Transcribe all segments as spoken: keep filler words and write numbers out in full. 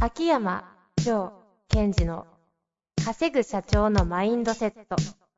秋山城賢治の稼ぐ社長のマインドセット。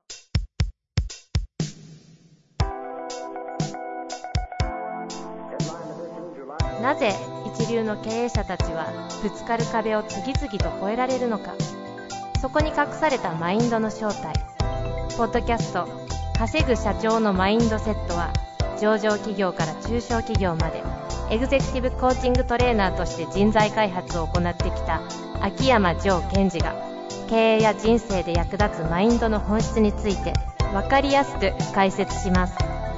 なぜ一流の経営者たちはぶつかる壁を次々と越えられるのか。そこに隠されたマインドの正体。ポッドキャスト稼ぐ社長のマインドセットは、上場企業から中小企業までエグゼクティブコーチングトレーナーとして人材開発を行ってきた秋山城賢治が、経営や人生で役立つマインドの本質について分かりやすく解説します。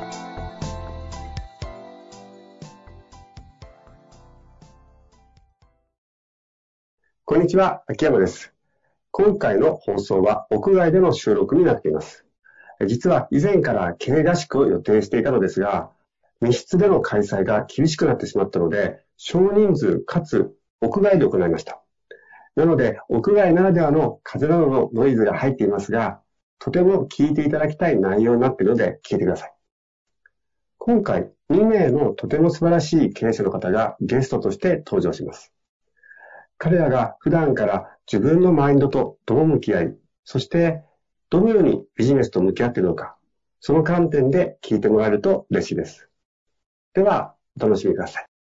こんにちは、秋山です。今回の放送は屋外での収録になっています。実は以前から経営合宿を予定していたのですが、密室での開催が厳しくなってしまったので、少人数かつ屋外で行いました。なので、屋外ならではの風などのノイズが入っていますが、とても聞いていただきたい内容になっているので聞いてください。今回、にめいのとても素晴らしい経営者の方がゲストとして登場します。彼らが普段から自分のマインドとどう向き合い、そしてどのようにビジネスと向き合っているのか、その観点で聞いてもらえると嬉しいです。では、お楽しみください。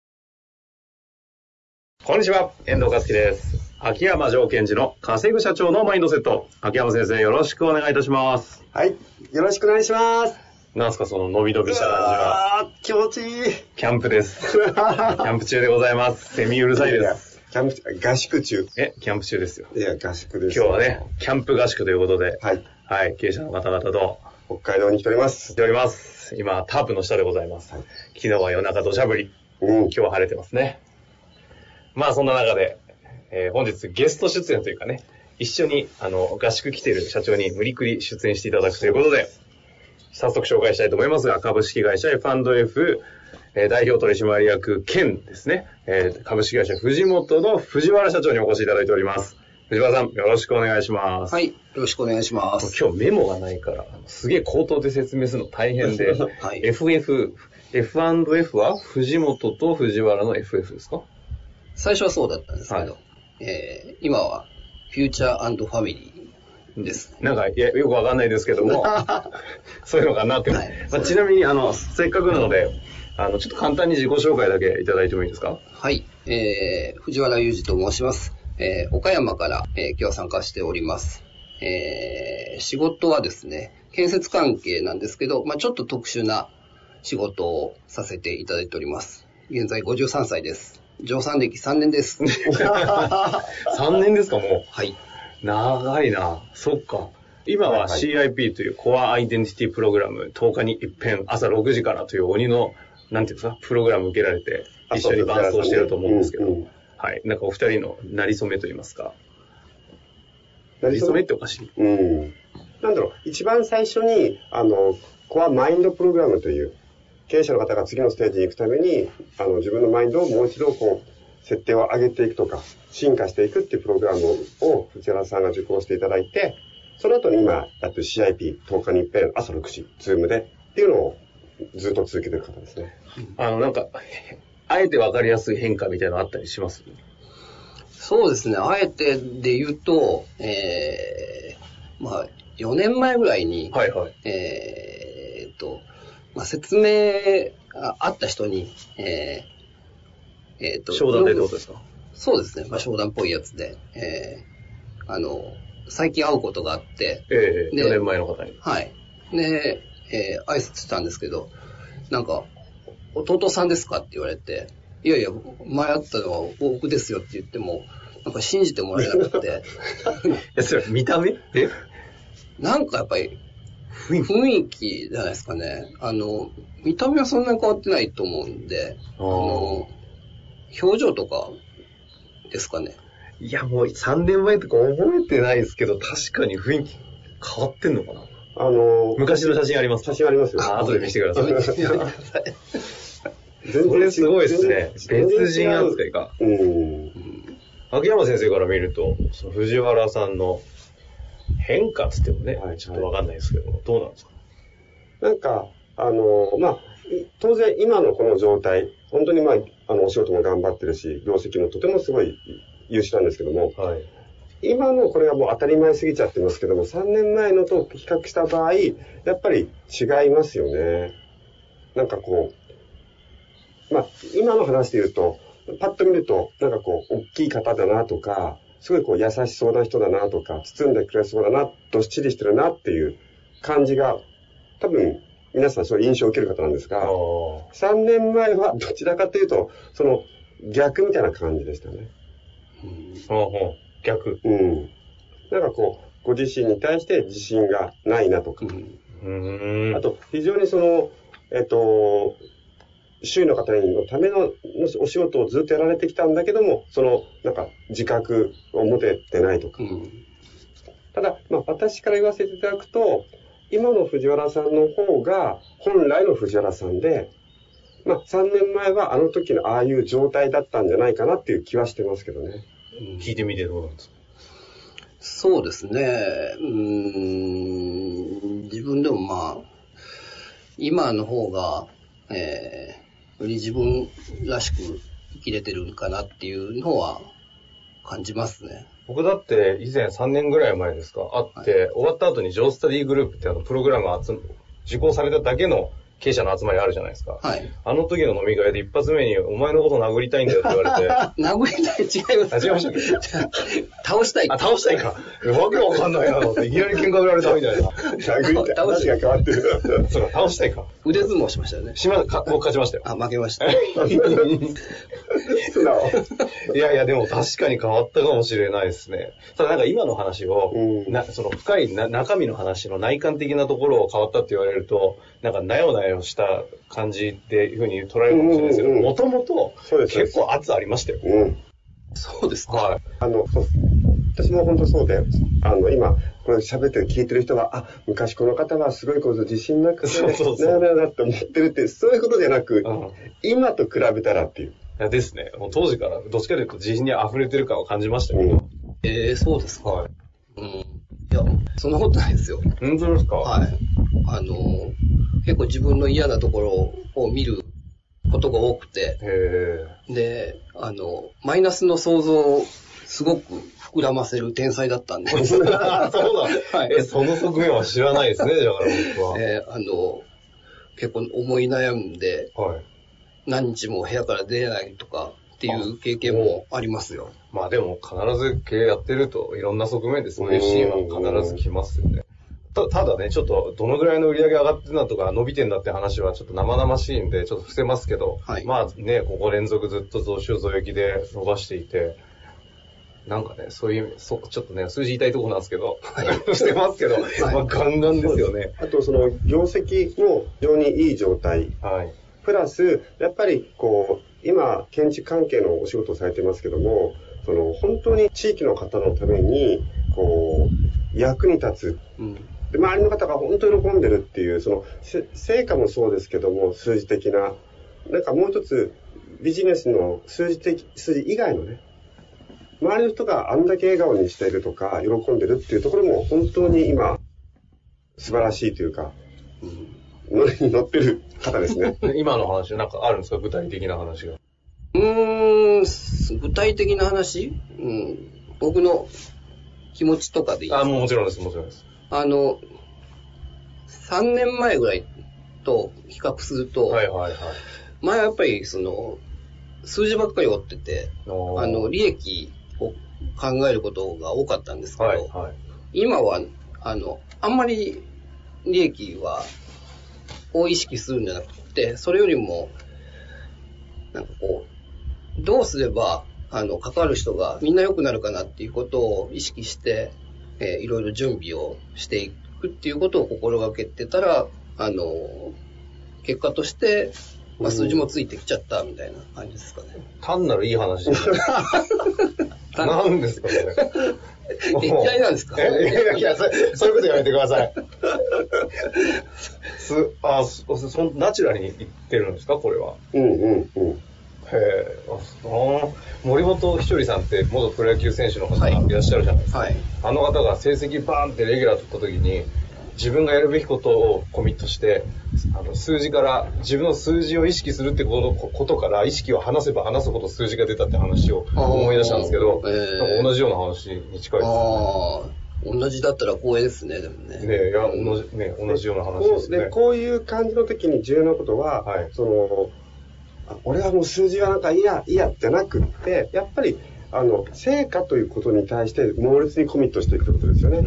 こんにちは、遠藤和樹です。秋山城賢治の稼ぐ社長のマインドセット。秋山先生、よろしくお願いいたします。 はい、よろしくお願いします。 なんすか、その伸び伸びした感じは。 あー、気持ちいい。 キャンプです。キャンプ中でございます。セミうるさいです。 キャンプ、合宿中。 え、キャンプ中ですよ。 いや、合宿です。 今日はね、キャンプ合宿ということで、 はい。 はい、経営者の方々と、 北海道に来ております。 来ております。今、タープの下でございます。はい、昨日は夜中土砂降り。うん、今日は晴れてますね。まあ、そんな中で、えー、本日ゲスト出演というかね、一緒に、あの、合宿来ている社長に無理くり出演していただくということで、早速紹介したいと思いますが、株式会社 エフアンドエフ、えー、代表取締役兼ですね、えー、株式会社藤本の藤原社長にお越しいただいております。藤原さん、よろしくお願いします。 はい、よろしくお願いします。 今日メモがないから、すげえ口頭で説明するの大変で、はい、エフエフ、エフアンドエフ は藤本と藤原の エフエフ ですか？ 最初はそうだったんですけど、はい、えー、今はフューチャー&ファミリーです。 なんかいやよくわかんないですけども、そういうのかなって、はい、まあ、ちなみにあのせっかくなので、あのちょっと簡単に自己紹介だけいただいてもいいですか？ はい、えー、藤原裕二と申します。えー、岡山から、えー、今日は参加しております。えー、仕事はですね、建設関係なんですけど、まあ、ちょっと特殊な仕事をさせていただいております。現在ごじゅうさんさいです。上産歴さんねんです。 さんねんですか、もう。 はい。 長いな。そっか。今は シーアイピー というコアアイデンティティプログラム、とおかに一遍朝ろくじからという鬼の、なんていうんですか、プログラム受けられて、一緒に伴走してると思うんですけど、うんうん、はい。なんかお二人のなりそめと言いますか。なりそめっておかしい。 うん。なんだろう、一番最初に、あの、コアマインドプログラムという、経営者の方が次のステージに行くために、あの、自分のマインドをもう一度こう、設定を上げていくとか、進化していくっていうプログラムを藤原さんが受講していただいて、その後に今やってる シーアイピーとおかに一遍朝ろくじ、ズームでっていうのをずっと続けてる方ですね。 あの、なんか、あえてわかりやすい変化みたいなのあったりします？ そうですね。あえてで言うと、えー、まあ、よねんまえぐらいに、 はいはい。 えーっと、まあ、説明ああった人に、えー、えーっと、 商談でってことですか？ そうですね。まあ、商談っぽいやつで、えー、あの、最近会うことがあって、 ええー、よねんまえの方に。 はい。で、えー、挨拶したんですけど、なんか、弟さんですかって言われて、いやいや、前会ったのは僕ですよって言っても、なんか信じてもらえなくて。 いや、それ見た目えなんかやっぱり、雰囲気じゃないですかね。あの、見た目はそんなに変わってないと思うんで、あの、表情とかですかね。 いや、もうさんねんまえとか覚えてないですけど、確かに雰囲気変わってんのかな。 あのー、 昔の写真ありますか？ 写真ありますよ。 あ、後で見せてください。 全然これすごいですね。別人扱いか。 うん。 秋山先生から見ると、その藤原さんの変化つってもね、はい、ちょっとわかんないですけど、はい、どうなんですか？ なんか、あの、まあ、当然今のこの状態、本当にまあ、あの、お仕事も頑張ってるし、業績もとてもすごい優秀なんですけども、 はい、 今のこれはもう当たり前すぎちゃってますけども、さんねんまえのと比較した場合、やっぱり違いますよね。なんかこう、まあ、今の話で言うと、パッと見ると、なんかこう、大きい方だなとか、すごいこう優しそうな人だなとか、包んでくれそうだな、どっしりしてるなっていう感じが、多分、皆さんそういう印象を受ける方なんですが、さんねんまえはどちらかというと、その逆みたいな感じでしたね。 うん、逆。 うん。なんかこう、ご自身に対して自信がないなとか、 うん、 あと、非常にその、えっと、周囲の方のためのお仕事をずっとやられてきたんだけども、その、なんか、自覚を持ててないとか。うん、ただ、まあ、私から言わせていただくと、今の藤原さんの方が、本来の藤原さんで、まあ、さんねんまえはあの時のああいう状態だったんじゃないかなっていう気はしてますけどね。 うん、聞いてみてどうなんですか？ そうですね。うーん、自分でもまあ、今の方が、えー、より自分らしく生きれてるかなっていうのは感じますね。 僕だって以前さんねんぐらい前ですか、あって、はい、終わった後にジョースタディグループってあのプログラムを受講されただけの経営者の集まりあるじゃないですか。 はい。 あの時の飲み会で一発目にお前のこと殴りたいんだよって言われて。 殴りたい違います。 あ、違いましたっけ？ 倒したい。 あ、倒したいか。わけわかんないなと思って、いきなり喧嘩売られたみたいな。 殴りたい。話が変わってる。 そうか、倒したいか。 腕相撲しましたよね。 しま、か、僕勝ちましたよ。 あ、負けました。 素直。 いやいや、でも確かに変わったかもしれないですね。ただなんか今の話を、 うん、 なその深いな中身の話の内観的なところを変わったって言われると、なんかなよなよした感じっていうふうに捉えるかもしれないですけど、もともと結構圧ありましたよ。 うん、 そうですか。 はい。 あの、そう私も本当そうで、あの、今、これ喋って聞いてる人は、あ、昔この方はすごいこと自信なくて、 そうそうそうなあなあなって思ってるって、そういうことじゃなく、 うん、 今と比べたらっていう。 いやですね。もう当時からどっちかというと自信に溢れてる感を感じましたけど。 うん、えー、そうですか。 はい。 うん。いや、そんなことないですよ。 本当ですか？ はい。あの、結構自分の嫌なところを見ることが多くて、 へで、あの、マイナスの想像をすごく膨らませる天才だったんで。 そうだ。 はい。 え、その側面は知らないですね、だから僕は。 えー、あの、結構思い悩んで、 はい。 何日も部屋から出れないとかっていう経験もありますよ。 まあでも必ず経営やってるといろんな側面でそういうシーンは必ず来ますよね。た, ただね、ちょっとどのぐらいの売り上げ上がってるなとか伸びてんだって話はちょっと生々しいんでちょっと伏せますけど、 はい、 まあね、ここ連続ずっと増収増益で伸ばしていて、なんかね、そういう、そちょっとね、数字言いたいところなんですけど、はい、してますけど、はい、まあガンガンですよね。 あとその業績も非常にいい状態。 はい。 プラス、やっぱりこう、今、建築関係のお仕事をされてますけども、その本当に地域の方のために、こう、役に立つ。 うんで周りの方が本当に喜んでるっていう、その成果もそうですけども、数字的な、なんかもう一つビジネスの数字的、数字以外のね、周りの人があんだけ笑顔にしているとか、喜んでるっていうところも本当に今、素晴らしいというか、うん、乗りに乗ってる方ですね。 今の話、なんかあるんですか、具体的な話が。 うーん、具体的な話、うん、僕の気持ちとかでいいですか？ あ、もうもちろんです、もちろんです。 あの、さんねんまえぐらいと比較すると、 はいはいはい。 前はやっぱりその、数字ばっかり追ってて、あの、利益を考えることが多かったんですけど、 はいはい、 今は、あの、あんまり利益は、を意識するんじゃなくて、それよりも、なんかこう、どうすれば、あの、関わる人がみんな良くなるかなっていうことを意識して、えー、いろいろ準備をしていくっていうことを心がけてたら、あの、結果として、まあ、数字もついてきちゃったみたいな感じですかね。 単なるいい話ですね。何ですか、それ。 嫌いなんですか？ いやいやいや、そういうことやめてください。すあそそナチュラルに言ってるんですか、これは。 うんうんうん。 へえ、森本ひとりさんって元プロ野球選手の方がいらっしゃるじゃないですか。はい、あの方が成績バーンってレギュラー取った時に、 自分がやるべきことをコミットして、あの数字から、自分の数字を意識するってこと、ことから意識を離せば離すほど数字が出たって話を思い出したんですけど、えー、なんか同じような話に近いですね。 あ同じだったら光栄ですね、でもね。 ねいや、同じ、ね、同じような話ですね。 で、こういう感じの時に重要なことは、はい、その、俺はもう数字はなんかいいや、いいやってなくって、やっぱり、あの、成果ということに対して猛烈にコミットしていくということですよね。うん、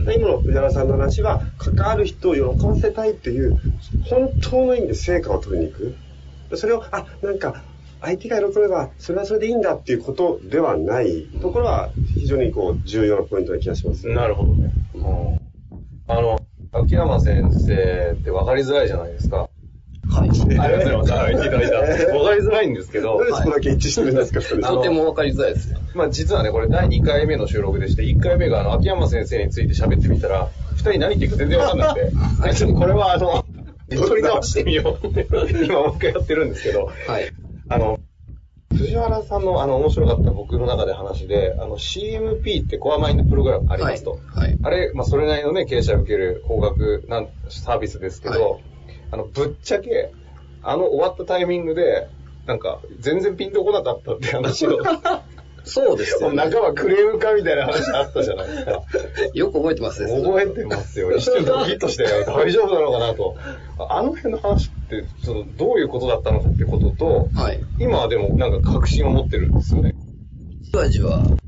今の藤原さんの話は、関わる人を喜ばせたいっていう、本当の意味で成果を取りに行く。それを、あ、なんか、相手が喜べば、それはそれでいいんだっていうことではないところは、非常にこう、重要なポイントな気がします。 なるほどね。うん、あの、秋山先生って分かりづらいじゃないですか。 はい。 ありがとうございます。はい、いただいた。分かりづらいんですけど。 どうでそこだけ一致してるんですか、 とても分かりづらいですね。 まあ実はね、これだいにかいめの収録でして、いっかいめがあの、秋山先生について喋ってみたら、ふたり何言ってるか全然分かんなくて、これはあの、取り直してみようって、今もう一回やってるんですけど、はい。あの、藤原さんのあの面白かった僕の中で話で、あの シーエムピー ってコアマインドプログラムありますと。はいはい、あれ、まあそれなりのね、経営者を受ける高額なサービスですけど、はい、あの、ぶっちゃけ、あの終わったタイミングで、なんか、全然ピンとこなかったって話を。 そうですよ、ね。 仲間クレームかみたいな話あったじゃないですか。 よく覚えてますね。 覚えてますよ。一瞬ドキッとして、大丈夫なのかなと。あの辺の話って、そのどういうことだったのかってことと、はい、今はでもなんか確信を持ってるんですよね。 じわじわ、あの、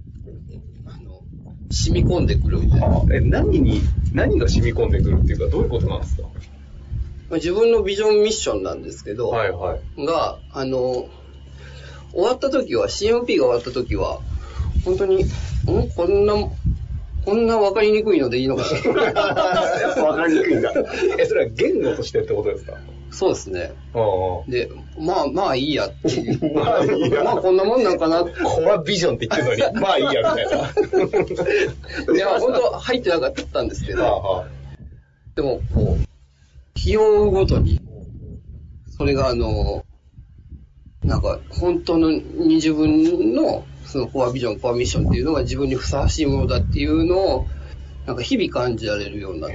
染み込んでくるみたいな。 え、何に、何が染み込んでくるっていうか、どういうことなんですか？ 自分のビジョンミッションなんですけど、はいはい、が、あの、終わった時は、シーエムピー が終わった時は、本当に、んこんな、こんな分かりにくいのでいいのかな。 やっぱ分かりにくいんだ。 え、それは言語としてってことですか？ そうですね。で、まあまあいいやっていう。まあいいや。まあこんなもんなんかな。 コアビジョンって言ってるのに、まあいいやみたいな。 いや、本当入ってなかったんですけど、はあはあ、でも、こう、日を追うごとに、それがあの、なんか本当の自分のそのコアビジョン、コアミッションっていうのが自分にふさわしいものだっていうのを、なんか日々感じられるようになって、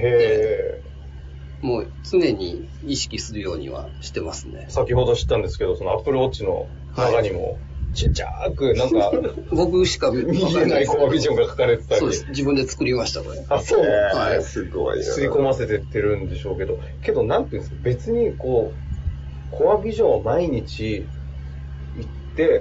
もう常に意識するようにはしてますね。 先ほど知ったんですけど、そのアップルウォッチの中にも、ちっちゃく、なんか、 僕しか見えないコアビジョンが書かれてたり。 そうです。自分で作りました、これ。 あ、そう。 はい。すごいな。 刷り込ませてってるんでしょうけど、けど、なんていうんですか、別にこう、コアビジョンを毎日言って、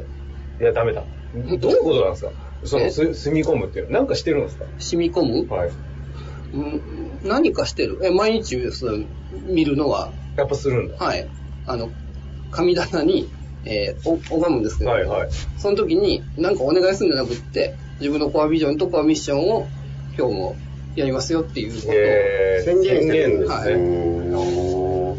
いや、ダメだ。どういうことなんですか？その、す、住み込むっていうの。なんかしてるんですか？ 染み込む？はい。うん、何かしてる。え、毎日、その、見るのは。 やっぱするんだ。 はい。あの、神棚に、えー、拝むんですけど、はいはい、その時に何かお願いするんじゃなくって、自分のコアビジョンとコアミッションを今日もやりますよっていうことを、 えー、宣言してるんですね。 はい、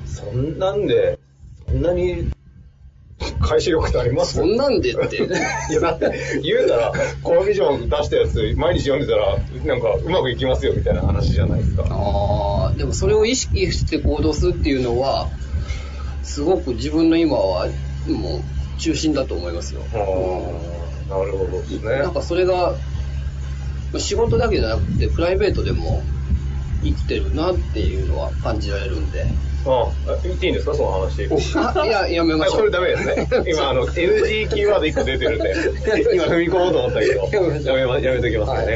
そんなんで、そんなに回収力ってあります？ そんなんでって。いや、だって言うたら、コアビジョン出したやつ毎日読んでたら、なんかうまくいきますよみたいな話じゃないですか。 ああ、でもそれを意識して行動するっていうのは、すごく自分の今はもう中心だと思いますよ。あ、 なるほどですね。 なんかそれが仕事だけじゃなくてプライベートでも生きてるなっていうのは感じられるんで。 ああ、言っていいんですかその話。 あ、いや、やめましょう。 これダメですね。今あの エヌジー キーワードいっこ出てるんで、今踏み込もうと思ったけど、やめまやめときますからね。はい、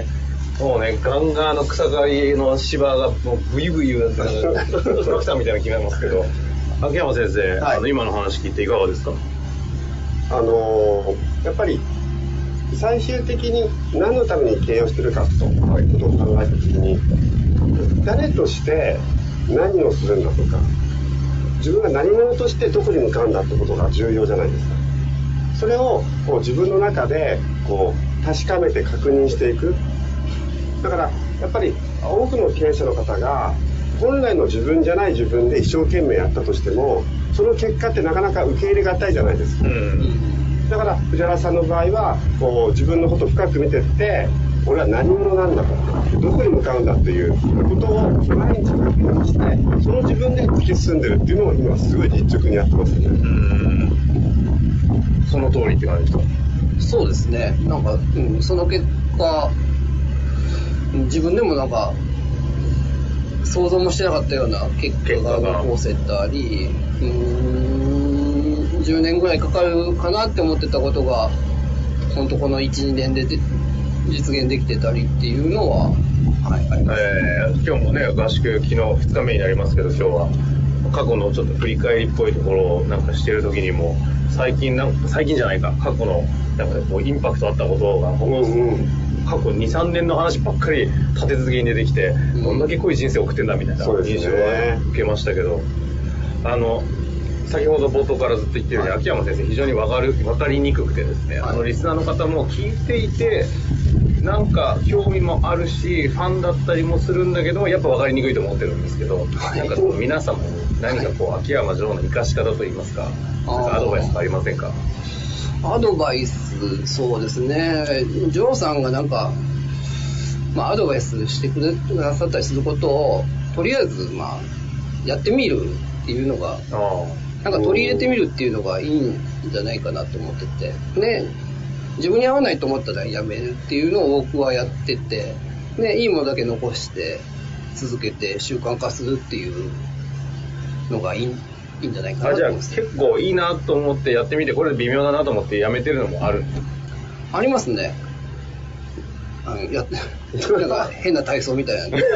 もうね、ガンガンの草刈りの芝がもうブイブイ言うなんてトラクターみたいな気になりますけど。秋山先生、はい、あの今の話聞いていかがですか？ あのー、やっぱり最終的に何のために経営をしてるかということを考えたときに、誰として何をするんだとか、自分が何者としてどこに向かうんだってことが重要じゃないですか。それをこう自分の中でこう確かめて確認していく。だからやっぱり多くの経営者の方が本来の自分じゃない自分で一生懸命やったとしても、その結果ってなかなか受け入れがたいじゃないですか。うん、だから藤原さんの場合はこう自分のことを深く見てって俺は何者なんだと、どこに向かうんだっていうことを毎日確認して、その自分で突き進んでるっていうのを今すごい実直にやってますよね。うん、 その通りって感じですか？ そうですね。なんか、うん、その結果自分でもなんか想像もしてなかったような結果が残せたり、うーん、じゅうねんぐらいかかるかなって思ってたことが、本当このいち、にねんでで実現できてたりっていうのは、はい、あります。 えー、今日もね、合宿、昨日ふつかめになりますけど、今日は過去のちょっと振り返りっぽいところをなんかしてる時にも、最近なんか、最近じゃないか、過去のなんかこうインパクトあったことが、うんうん、過去に、さんねんの話ばっかり立て続けに出てきて、うん、どんだけ濃い人生を送ってんだみたいな印象を受けましたけど、あの、先ほど冒頭からずっと言ってるように、はい、秋山先生非常に分かる、分かりにくくてですね、はい、あのリスナーの方も聞いていて、なんか興味もあるし、ファンだったりもするんだけど、やっぱ分かりにくいと思ってるんですけど、はい、なんかその皆様に何かこう、はい、秋山城の生かし方といいますか、なんかアドバイスありませんか？ アドバイス、そうですね。ジョーさんがなんか、まあアドバイスしてくださったりすることを、とりあえず、まあ、やってみるっていうのが、なんか取り入れてみるっていうのがいいんじゃないかなと思ってて、ね、自分に合わないと思ったらやめるっていうのを僕はやってて、ね、いいものだけ残して続けて習慣化するっていうのがいい、いいんじゃないかなと思います。 あ、じゃあ結構いいなと思ってやってみて、これ微妙だなと思ってやめてるのもある？ ありますね。あのやなんか変な体操みたいな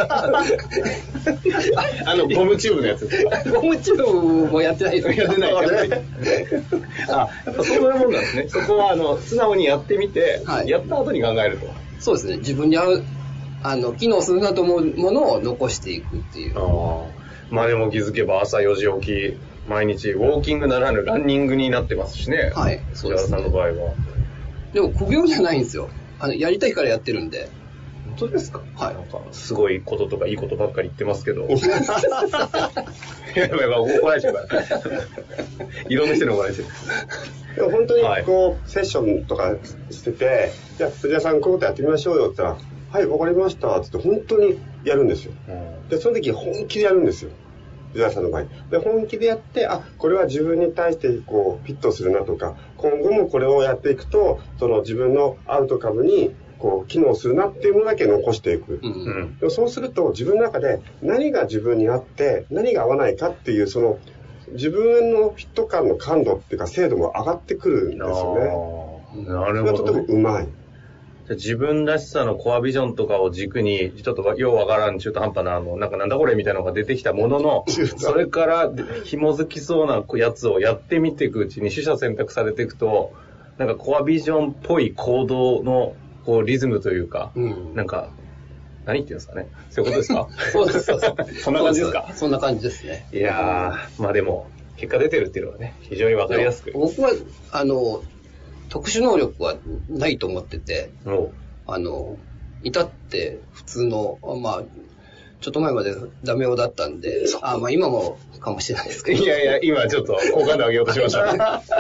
あのゴムチューブのやつゴムチューブもやってないです。 やってないやってないあ、やっぱそういうもんなんですね。そこはあの素直にやってみて、はい、やった後に考えると。 そうですね。自分に合うあの機能するなと思うものを残していくっていう。 あ、まあでも気づけば朝よじ起き、毎日ウォーキングならぬランニングになってますしね。 はい、そうですね。 さんの場合は。 でも苦行じゃないんですよ。あのやりたいからやってるんで。 本当ですか？ はい。 なんかすごいこととかいいことばっかり言ってますけど。やばいやばい、怒られちゃうから。いろんな人に怒られちゃう。 でも本当にこう、はい、セッションとかしてて、じゃあ藤田さんこういうことやってみましょうよって言ったら、はい、わかりましたって言って本当にやるんですよ。うん、でその時本気でやるんですよ。藤田さんの場合で本気でやって、あ、これは自分に対してこうフィットするなとか、今後もこれをやっていくとその自分のアウトカムにこう機能するなっていうものだけ残していく、うん、でもそうすると自分の中で何が自分に合って何が合わないかっていうその自分のフィット感の感度っていうか精度も上がってくるんですよね。 なるほど、ね、 それがとてもうまい。 自分らしさのコアビジョンとかを軸にちょっとようわからん中途半端なあのなんかなんだこれみたいなのが出てきたもののそれから紐づきそうなやつをやってみていくうちに取捨選択されていくとなんかコアビジョンっぽい行動のこうリズムというか、うん、なんか何言ってるんですかね、そういうことですか？ そうですそうですそんな感じですか？ そんな感じですね。 いやー、まあでも結果出てるっていうのはね非常にわかりやすく、 僕はあの特殊能力はないと思ってて、あの至って普通の、まあちょっと前までダメ男だったんで、あ、まあ今もかもしれないですけど、 いやいや今ちょっと好感度上げようとしましたね。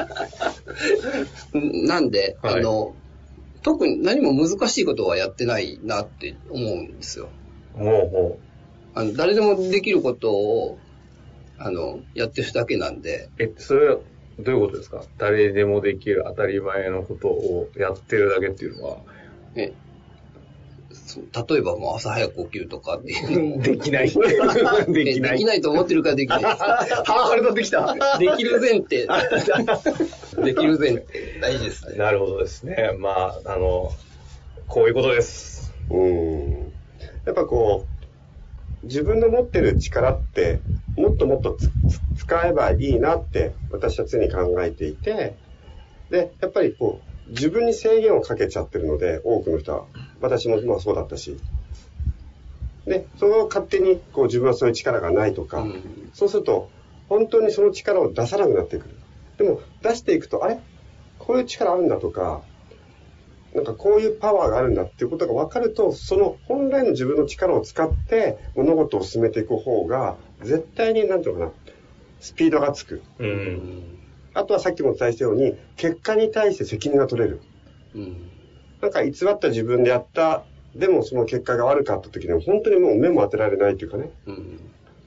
なんで、はい、あの特に何も難しいことはやってないなって思うんですよ。 ほうほう。 あの誰でもできることをあのやってるだけなんで。 え、それはどういうことですか？誰でもできる当たり前のことをやってるだけっていうのは。 え、例えばもう朝早く起きるとかっていう。 できない。できない。できないと思ってるからできないです。 ハードル取ってきた。 できる前提。できる前提。大事ですね。 なるほどですね。まあ、あの、こういうことです。 うん。やっぱこう、自分の持ってる力ってもっともっと使えばいいなって私は常に考えていて、でやっぱりこう自分に制限をかけちゃってるので多くの人は、私もまあそうだったし、でその勝手にこう自分はそういう力がないとか、うん、そうすると本当にその力を出さなくなってくる。でも出していくと、あれこういう力あるんだとか、なんかこういうパワーがあるんだっていうことが分かると、その本来の自分の力を使って物事を進めていく方が絶対に何ていうのかな、スピードがつく、うん、あとはさっきもお伝えしたように結果に対して責任が取れる、うん、なんか偽った自分でやった、でもその結果が悪かった時には本当にもう目も当てられないというかね、うん、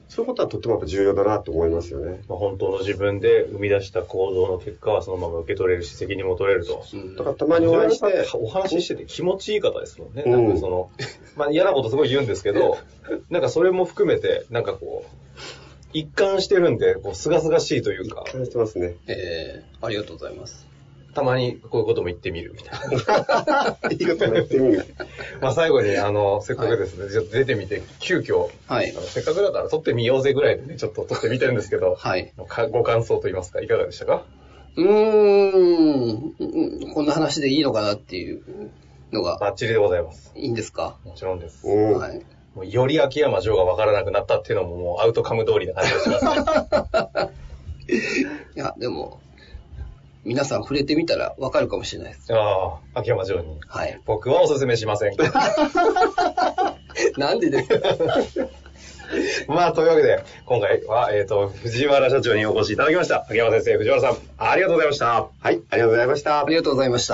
そういうことはとってもやっぱ重要だなと思いますよね。 まあ、本当の自分で生み出した行動の結果はそのまま受け取れるし、責任も取れると。 うん、だからたまにお会いして、 お話ししてて気持ちいい方ですもんね。うん、なんかその、まあ嫌なことすごい言うんですけど、なんかそれも含めて、なんかこう、一貫してるんで、こう、すがすがしいというか。 一貫してますね。 えー、ありがとうございます。 たまにこういうことも言ってみるみたいな。 いいことも言ってみる。 まあ最後に、あの、せっかくですね、はい、ちょっと出てみて、急遽、はい、あのせっかくだから撮ってみようぜぐらいでね、ちょっと撮ってみてるんですけど、はい、ご感想といいますか、いかがでしたか？ うーん、こんな話でいいのかなっていうのが。 バッチリでございます。 いいんですか？ もちろんです。はい、もうより秋山城が分からなくなったっていうのももうアウトカム通りな感じがします、ね。 いや、でも、皆さん触れてみたら分かるかもしれないです。 ああ、秋山城に。 はい。 僕はお勧めしません。 なんでですか？ まあ、というわけで、今回は、えっと、藤原社長にお越しいただきました。秋山先生、藤原さん、ありがとうございました。 はい、ありがとうございました。 ありがとうございました。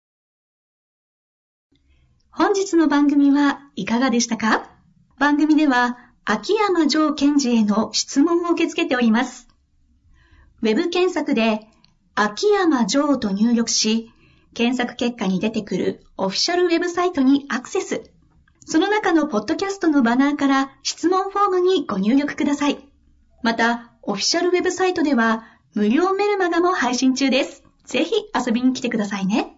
本日の番組はいかがでしたか？番組では、秋山城賢治への質問を受け付けております。ウェブ検索で、秋山城と入力し、検索結果に出てくるオフィシャルウェブサイトにアクセス。その中のポッドキャストのバナーから質問フォームにご入力ください。また、オフィシャルウェブサイトでは無料メルマガも配信中です。ぜひ遊びに来てくださいね。